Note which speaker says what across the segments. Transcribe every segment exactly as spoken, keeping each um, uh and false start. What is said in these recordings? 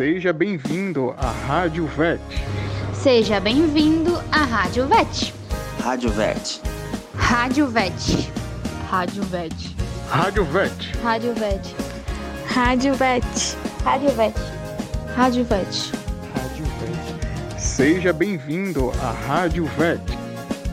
Speaker 1: Seja bem-vindo à Rádio V E T.
Speaker 2: Seja bem-vindo à Rádio V E T.
Speaker 3: Rádio V E T.
Speaker 2: Rádio V E T. Rádio V E T.
Speaker 1: Rádio V E T.
Speaker 2: Rádio V E T.
Speaker 4: Rádio V E T.
Speaker 2: Rádio V E T. Rádio V E T.
Speaker 1: Rádio V E T. Seja bem-vindo à Rádio V E T.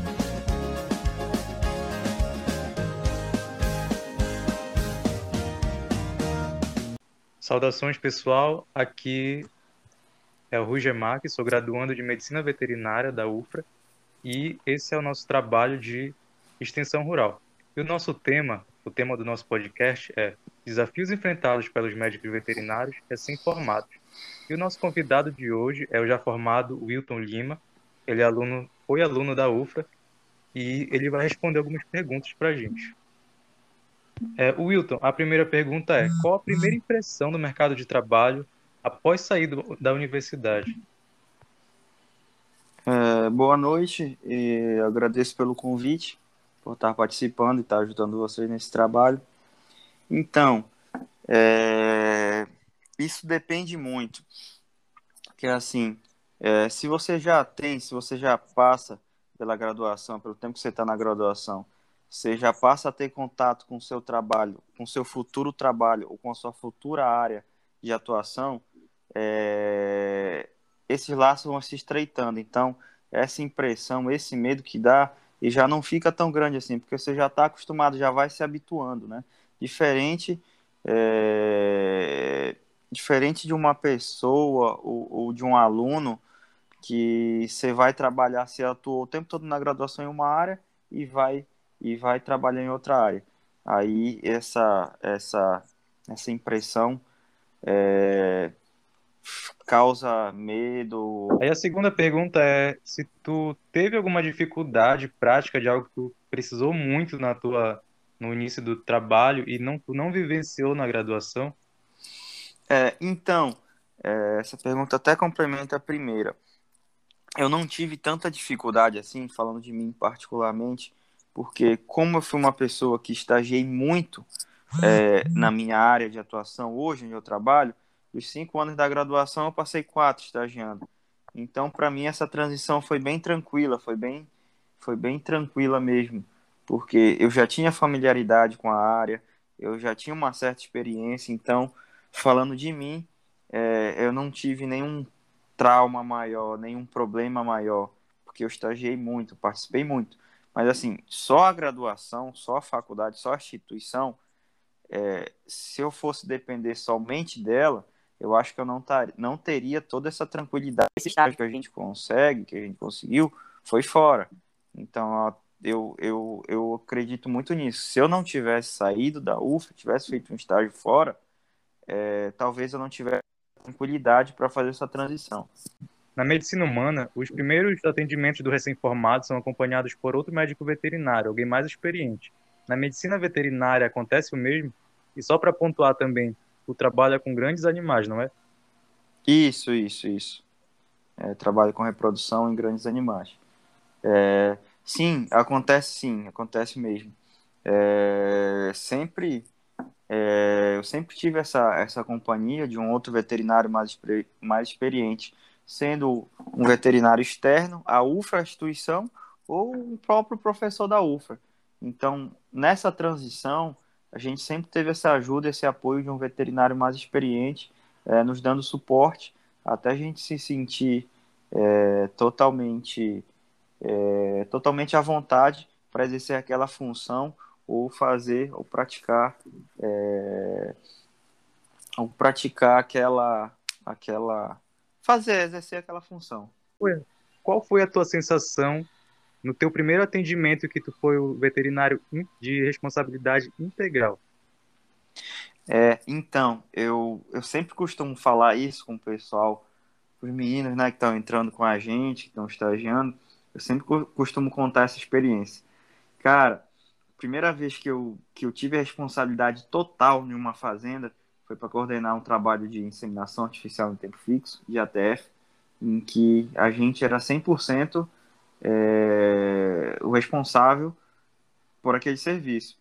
Speaker 5: Saudações, pessoal. Aqui é o Ruger Marques, sou graduando de Medicina Veterinária da U F R A e esse é o nosso trabalho de extensão rural. E o nosso tema, o tema do nosso podcast é Desafios enfrentados pelos médicos veterinários recém-formados. E o nosso convidado de hoje é o já formado Wilton Lima. Ele é aluno, foi aluno da U F R A e ele vai responder algumas perguntas para a gente. É, Wilton, a primeira pergunta é: qual a primeira impressão do mercado de trabalho após sair do, da universidade?
Speaker 3: É, boa noite, e agradeço pelo convite, por estar participando e estar ajudando vocês nesse trabalho. Então, é, isso depende muito, que é assim, é, se você já tem, se você já passa pela graduação, pelo tempo que você está na graduação, você já passa a ter contato com o seu trabalho, com o seu futuro trabalho ou com a sua futura área de atuação, é... esses laços vão se estreitando. Então, essa impressão, esse medo que dá, e já não fica tão grande assim, porque você já está acostumado, já vai se habituando, né? Diferente, é... diferente de uma pessoa ou, ou de um aluno que você vai trabalhar, você atuou o tempo todo na graduação em uma área e vai e vai trabalhar em outra área. Aí essa, essa, essa impressão é, causa medo.
Speaker 5: Aí a segunda pergunta é se tu teve alguma dificuldade prática de algo que tu precisou muito na tua, no início do trabalho e não, tu não vivenciou na graduação?
Speaker 3: É, então, é, essa pergunta até complementa a primeira. Eu não tive tanta dificuldade assim, falando de mim particularmente, porque como eu fui uma pessoa que estagiei muito é, na minha área de atuação hoje, onde eu trabalho, dos cinco anos da graduação eu passei quatro estagiando. Então, para mim, essa transição foi bem tranquila, foi bem, foi bem tranquila mesmo, porque eu já tinha familiaridade com a área, eu já tinha uma certa experiência, então, falando de mim, é, eu não tive nenhum trauma maior, nenhum problema maior, porque eu estagiei muito, participei muito. Mas, assim, só a graduação, só a faculdade, só a instituição, é, se eu fosse depender somente dela, eu acho que eu não, tar, não teria toda essa tranquilidade. Esse estágio que a gente consegue, que a gente conseguiu, foi fora. Então, eu, eu, eu acredito muito nisso. Se eu não tivesse saído da U F R A, tivesse feito um estágio fora, é, talvez eu não tivesse tranquilidade para fazer essa transição.
Speaker 5: Na medicina humana, os primeiros atendimentos do recém-formado são acompanhados por outro médico veterinário, alguém mais experiente. Na medicina veterinária acontece o mesmo? E só para pontuar também, o trabalho é com grandes animais, não é?
Speaker 3: Isso, isso, isso. É, trabalho com reprodução em grandes animais. É, sim, acontece sim, acontece mesmo. É, sempre, é, eu sempre tive essa, essa companhia de um outro veterinário mais, mais experiente, sendo um veterinário externo, a U F R A, a instituição, ou o próprio professor da U F R A. Então, nessa transição, a gente sempre teve essa ajuda, esse apoio de um veterinário mais experiente, é, nos dando suporte, até a gente se sentir é, totalmente, é, totalmente à vontade para exercer aquela função ou fazer, ou praticar, é, ou praticar aquela, aquela, fazer, exercer aquela função.
Speaker 5: Qual foi a tua sensação no teu primeiro atendimento que tu foi o veterinário de responsabilidade integral?
Speaker 3: É, então, eu, eu sempre costumo falar isso com o pessoal, os meninos, né, que estão entrando com a gente, que estão estagiando, eu sempre costumo contar essa experiência. Cara, a primeira vez que eu, que eu tive a responsabilidade total em uma fazenda foi para coordenar um trabalho de inseminação artificial em tempo fixo, de A T F, em que a gente era cem por cento é, o responsável por aquele serviço.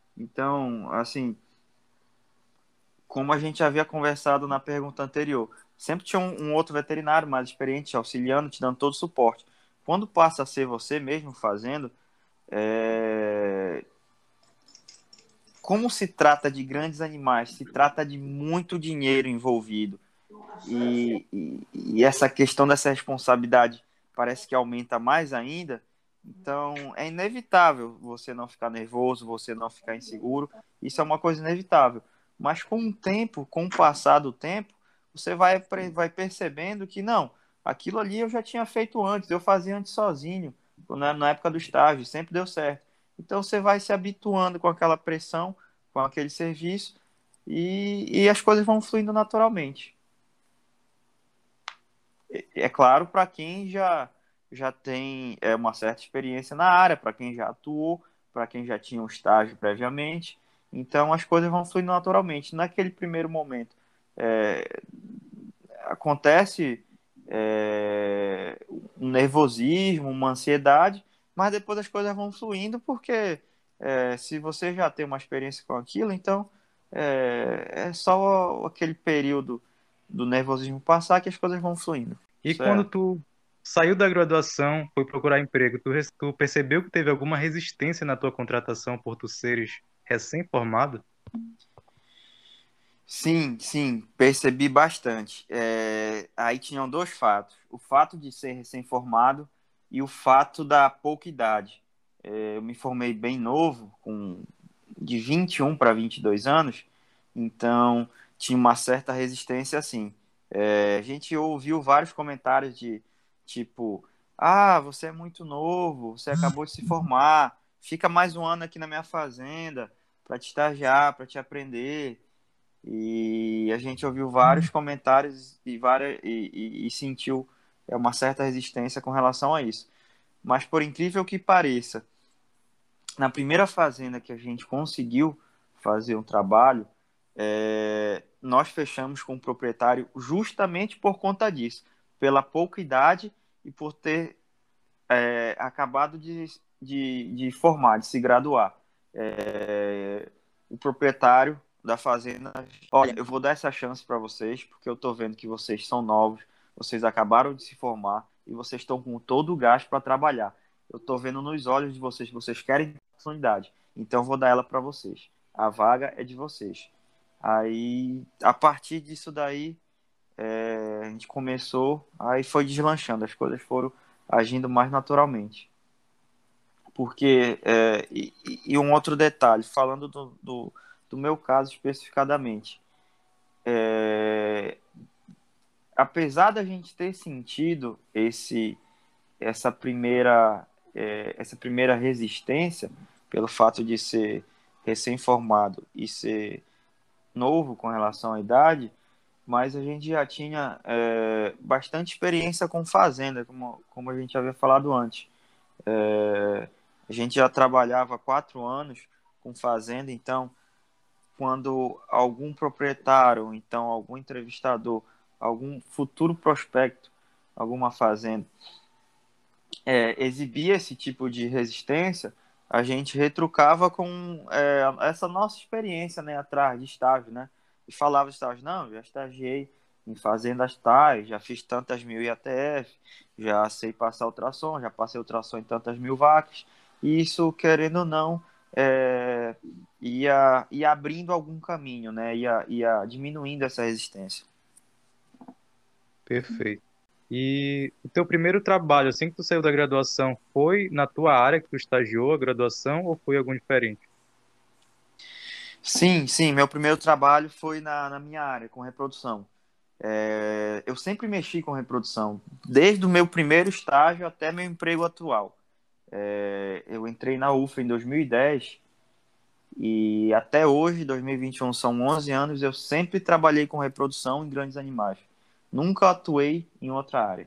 Speaker 3: Então, assim, como a gente havia conversado na pergunta anterior, sempre tinha um, um outro veterinário mais experiente, te auxiliando, te dando todo o suporte. Quando passa a ser você mesmo fazendo, é... como se trata de grandes animais, se trata de muito dinheiro envolvido, e, e, e essa questão dessa responsabilidade parece que aumenta mais ainda, então é inevitável você não ficar nervoso, você não ficar inseguro, isso é uma coisa inevitável. Mas com o tempo, com o passar do tempo, você vai, vai percebendo que não, aquilo ali eu já tinha feito antes, eu fazia antes sozinho, na, na época do estágio, sempre deu certo. Então você vai se habituando com aquela pressão, com aquele serviço, e, e as coisas vão fluindo naturalmente. É claro, para quem já, já tem é, uma certa experiência na área, para quem já atuou, para quem já tinha um estágio previamente, então as coisas vão fluindo naturalmente. Naquele primeiro momento, é, acontece é, um nervosismo, uma ansiedade, mas depois as coisas vão fluindo, porque é, se você já tem uma experiência com aquilo, então é, é só aquele período do nervosismo passar que as coisas vão fluindo.
Speaker 5: E quando
Speaker 3: Certo.
Speaker 5: tu saiu da graduação, foi procurar emprego, tu, res- tu percebeu que teve alguma resistência na tua contratação por tu seres recém-formado?
Speaker 3: Sim, sim, percebi bastante. É, aí tinham dois fatos: o fato de ser recém-formado e o fato da pouca idade. É, eu me formei bem novo, com de vinte e um para vinte e dois anos, então tinha uma certa resistência assim. É, a gente ouviu vários comentários de tipo: ah, você é muito novo, você acabou de se formar, fica mais um ano aqui na minha fazenda para te estagiar, para te aprender. E a gente ouviu vários comentários e, várias, e, e, e sentiu é, uma certa resistência com relação a isso. Mas por incrível que pareça, na primeira fazenda que a gente conseguiu fazer um trabalho, é, nós fechamos com o proprietário justamente por conta disso, pela pouca idade e por ter é, acabado de, de, de formar, de se graduar. É, o proprietário da fazenda, olha, eu vou dar essa chance para vocês, porque eu estou vendo que vocês são novos, vocês acabaram de se formar e vocês estão com todo o gasto para trabalhar. Eu estou vendo nos olhos de vocês que vocês querem oportunidade, então eu vou dar ela para vocês. A vaga é de vocês. Aí, a partir disso daí, é, a gente começou, aí foi deslanchando, as coisas foram agindo mais naturalmente. Porque, é, e, e um outro detalhe, falando do, do, do meu caso especificadamente, é, apesar da gente ter sentido esse, essa, primeira, é, essa primeira resistência, pelo fato de ser recém-formado e ser novo com relação à idade, mas a gente já tinha é, bastante experiência com fazenda, como, como a gente havia falado antes. É, a gente já trabalhava há quatro anos com fazenda, então, quando algum proprietário, então algum entrevistador, algum futuro prospecto, alguma fazenda, é, exibia esse tipo de resistência, a gente retrucava com é, essa nossa experiência, né, atrás de estágio, né? E falava de estágio, não, já estagiei em fazendas tais, já fiz tantas mil I A T F, já sei passar ultrassom, já passei ultrassom em tantas mil vacas, e isso, querendo ou não, é, ia, ia abrindo algum caminho, né? Ia, ia diminuindo essa resistência.
Speaker 5: Perfeito. E o teu primeiro trabalho, assim que tu saiu da graduação, foi na tua área que tu estagiou a graduação ou foi algum diferente?
Speaker 3: Sim, sim, meu primeiro trabalho foi na, na minha área, com reprodução. É, eu sempre mexi com reprodução, desde o meu primeiro estágio até meu emprego atual. É, eu entrei na U F A em dois mil e dez e até hoje, dois mil e vinte e um, são onze anos, eu sempre trabalhei com reprodução em grandes animais. Nunca atuei em outra área.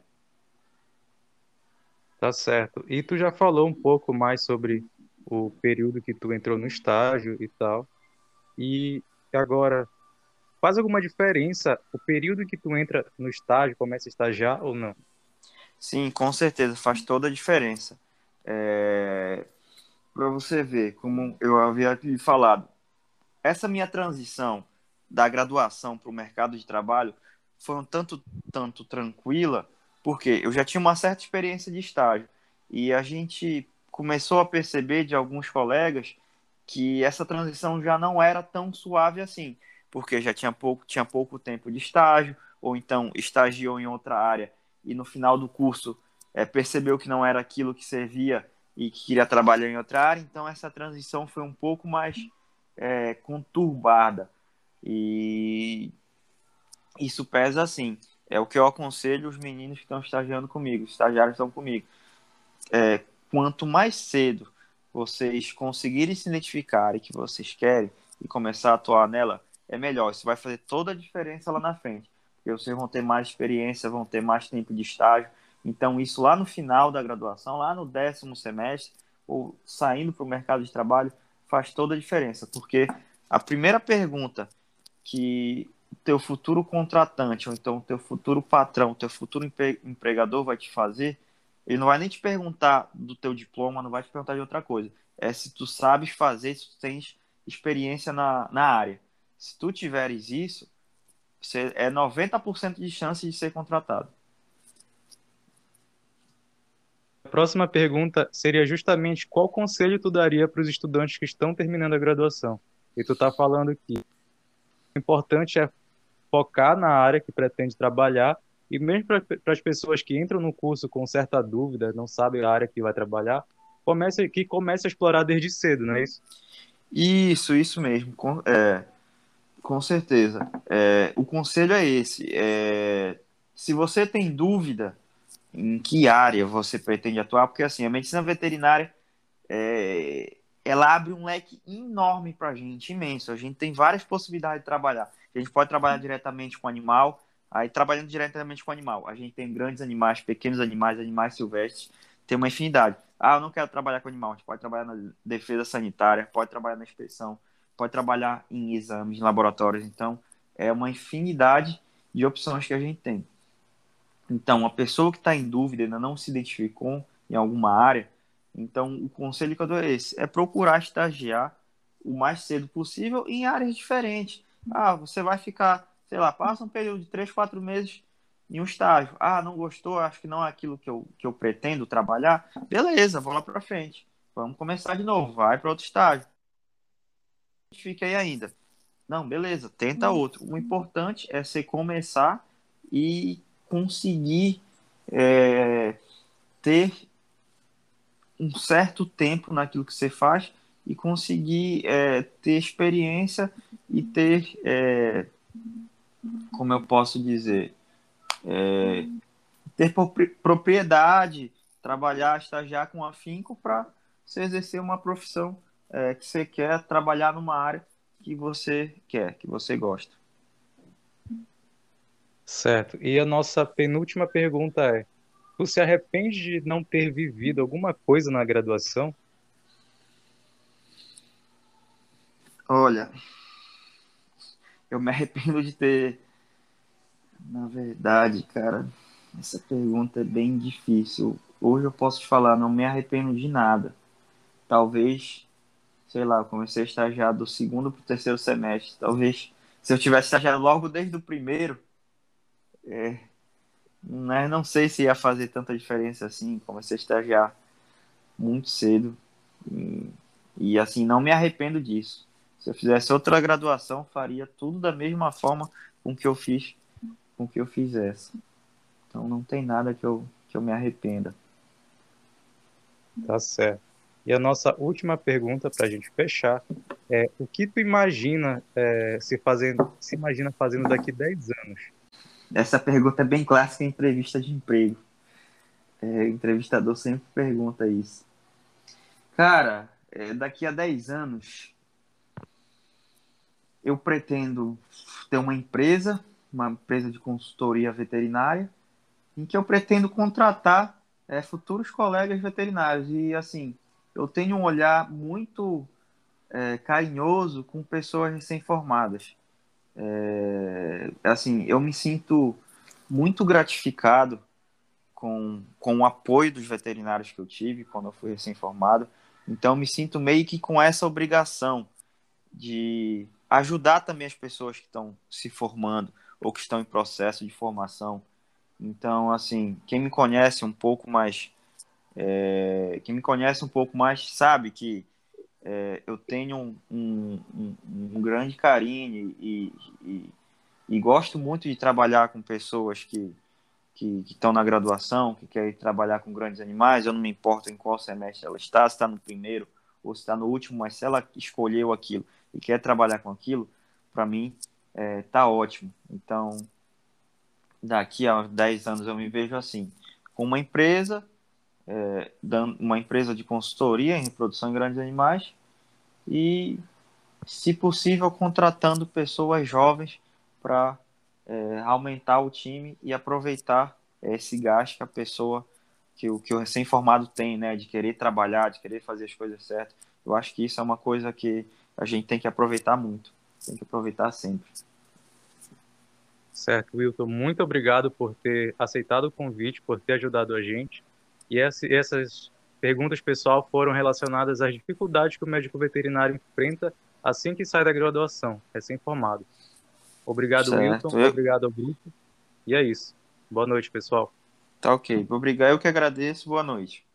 Speaker 5: Tá certo. E tu já falou um pouco mais sobre o período que tu entrou no estágio e tal. E agora, faz alguma diferença o período que tu entra no estágio, começa a estagiar ou não?
Speaker 3: Sim, com certeza, faz toda a diferença. É, para você ver, como eu havia lhe falado, essa minha transição da graduação para o mercado de trabalho foi um tanto, tanto tranquila, porque eu já tinha uma certa experiência de estágio, e a gente começou a perceber de alguns colegas que essa transição já não era tão suave assim, porque já tinha pouco, tinha pouco tempo de estágio, ou então estagiou em outra área e no final do curso é, percebeu que não era aquilo que servia e que queria trabalhar em outra área, então essa transição foi um pouco mais é, conturbada. E isso pesa assim. É o que eu aconselho os meninos que estão estagiando comigo, os estagiários que estão comigo. É, quanto mais cedo vocês conseguirem se identificar e que vocês querem e começar a atuar nela, é melhor. Isso vai fazer toda a diferença lá na frente. Porque vocês vão ter mais experiência, vão ter mais tempo de estágio. Então, isso lá no final da graduação, lá no décimo semestre, ou saindo para o mercado de trabalho, faz toda a diferença. Porque a primeira pergunta que o teu futuro contratante, ou então o teu futuro patrão, o teu futuro empregador vai te fazer, ele não vai nem te perguntar do teu diploma, não vai te perguntar de outra coisa. É se tu sabes fazer, se tu tens experiência na, na área. Se tu tiveres isso, você é noventa por cento de chance de ser contratado.
Speaker 5: A próxima pergunta seria justamente qual conselho tu daria para os estudantes que estão terminando a graduação? E tu tá falando que o importante é focar na área que pretende trabalhar e mesmo para as pessoas que entram no curso com certa dúvida, não sabem a área que vai trabalhar, comece, que comece a explorar desde cedo, não é isso?
Speaker 3: Isso, isso mesmo. Com, é, com certeza. É, o conselho é esse. É, se você tem dúvida em que área você pretende atuar, porque assim, a medicina veterinária é, ela abre um leque enorme para a gente, imenso. A gente tem várias possibilidades de trabalhar. A gente pode trabalhar diretamente com animal, aí trabalhando diretamente com animal. A gente tem grandes animais, pequenos animais, animais silvestres, tem uma infinidade. Ah, eu não quero trabalhar com animal. A gente pode trabalhar na defesa sanitária, pode trabalhar na inspeção, pode trabalhar em exames, em laboratórios. Então, é uma infinidade de opções que a gente tem. Então, a pessoa que está em dúvida, ainda não se identificou em alguma área, então o conselho que eu dou é esse, é procurar estagiar o mais cedo possível em áreas diferentes. Ah, você vai ficar, sei lá, passa um período de três, quatro meses em um estágio. Ah, não gostou, acho que não é aquilo que eu, que eu pretendo trabalhar. Beleza, vou lá para frente. Vamos começar de novo, vai para outro estágio. Fica aí ainda. Não, beleza, tenta outro. O importante é você começar e conseguir é, ter um certo tempo naquilo que você faz e conseguir é, ter experiência e ter, é, como eu posso dizer, é, ter propriedade, trabalhar, estagiar com afinco para você exercer uma profissão é, que você quer, trabalhar numa área que você quer, que você gosta.
Speaker 5: Certo. E a nossa penúltima pergunta é: tu se arrepende de não ter vivido alguma coisa na graduação?
Speaker 3: Olha, eu me arrependo de ter, na verdade, cara, essa pergunta é bem difícil. Hoje eu posso te falar, não me arrependo de nada. Talvez, sei lá, eu comecei a estagiar do segundo para o terceiro semestre. Talvez, se eu tivesse estagiado logo desde o primeiro, é, né, não sei se ia fazer tanta diferença assim. Comecei a estagiar muito cedo. E, e assim, não me arrependo disso. Se eu fizesse outra graduação, faria tudo da mesma forma com que eu fiz, com que eu fiz essa. Então não tem nada que eu, que eu me arrependa.
Speaker 5: Tá certo. E a nossa última pergunta para a gente fechar é: o que tu imagina é, se fazendo, se imagina fazendo daqui dez anos?
Speaker 3: Essa pergunta é bem clássica em entrevista de emprego. É, o entrevistador sempre pergunta isso. Cara, é, daqui a dez anos, eu pretendo ter uma empresa, uma empresa de consultoria veterinária, em que eu pretendo contratar é, futuros colegas veterinários. E, assim, eu tenho um olhar muito é, carinhoso com pessoas recém-formadas. É, assim, eu me sinto muito gratificado com, com o apoio dos veterinários que eu tive quando eu fui recém-formado. Então, eu me sinto meio que com essa obrigação de ajudar também as pessoas que estão se formando, ou que estão em processo de formação. Então, assim, quem me conhece um pouco mais, é, quem me conhece um pouco mais sabe que é, eu tenho um, um, um, um grande carinho e, e, e gosto muito de trabalhar com pessoas que que estão na graduação, que querem trabalhar com grandes animais. Eu não me importo em qual semestre ela está, se está no primeiro ou se está no último, mas se ela escolheu aquilo e quer trabalhar com aquilo, para mim está é, ótimo. Então, daqui a dez anos eu me vejo assim, com uma empresa, é, dando uma empresa de consultoria em reprodução em grandes animais e, se possível, contratando pessoas jovens para é, aumentar o time e aproveitar esse gasto que a pessoa, que o, que o recém-formado tem, né, de querer trabalhar, de querer fazer as coisas certas. Eu acho que isso é uma coisa que a gente tem que aproveitar muito, tem que aproveitar sempre.
Speaker 5: Certo, Wilton, muito obrigado por ter aceitado o convite, por ter ajudado a gente. E essas perguntas, pessoal, foram relacionadas às dificuldades que o médico veterinário enfrenta assim que sai da graduação, recém-formado. Obrigado,
Speaker 3: Certo.
Speaker 5: Wilton.
Speaker 3: Eu...
Speaker 5: Obrigado ao grupo. E é isso. Boa noite, pessoal.
Speaker 3: Tá ok. Obrigado. Eu que agradeço. Boa noite.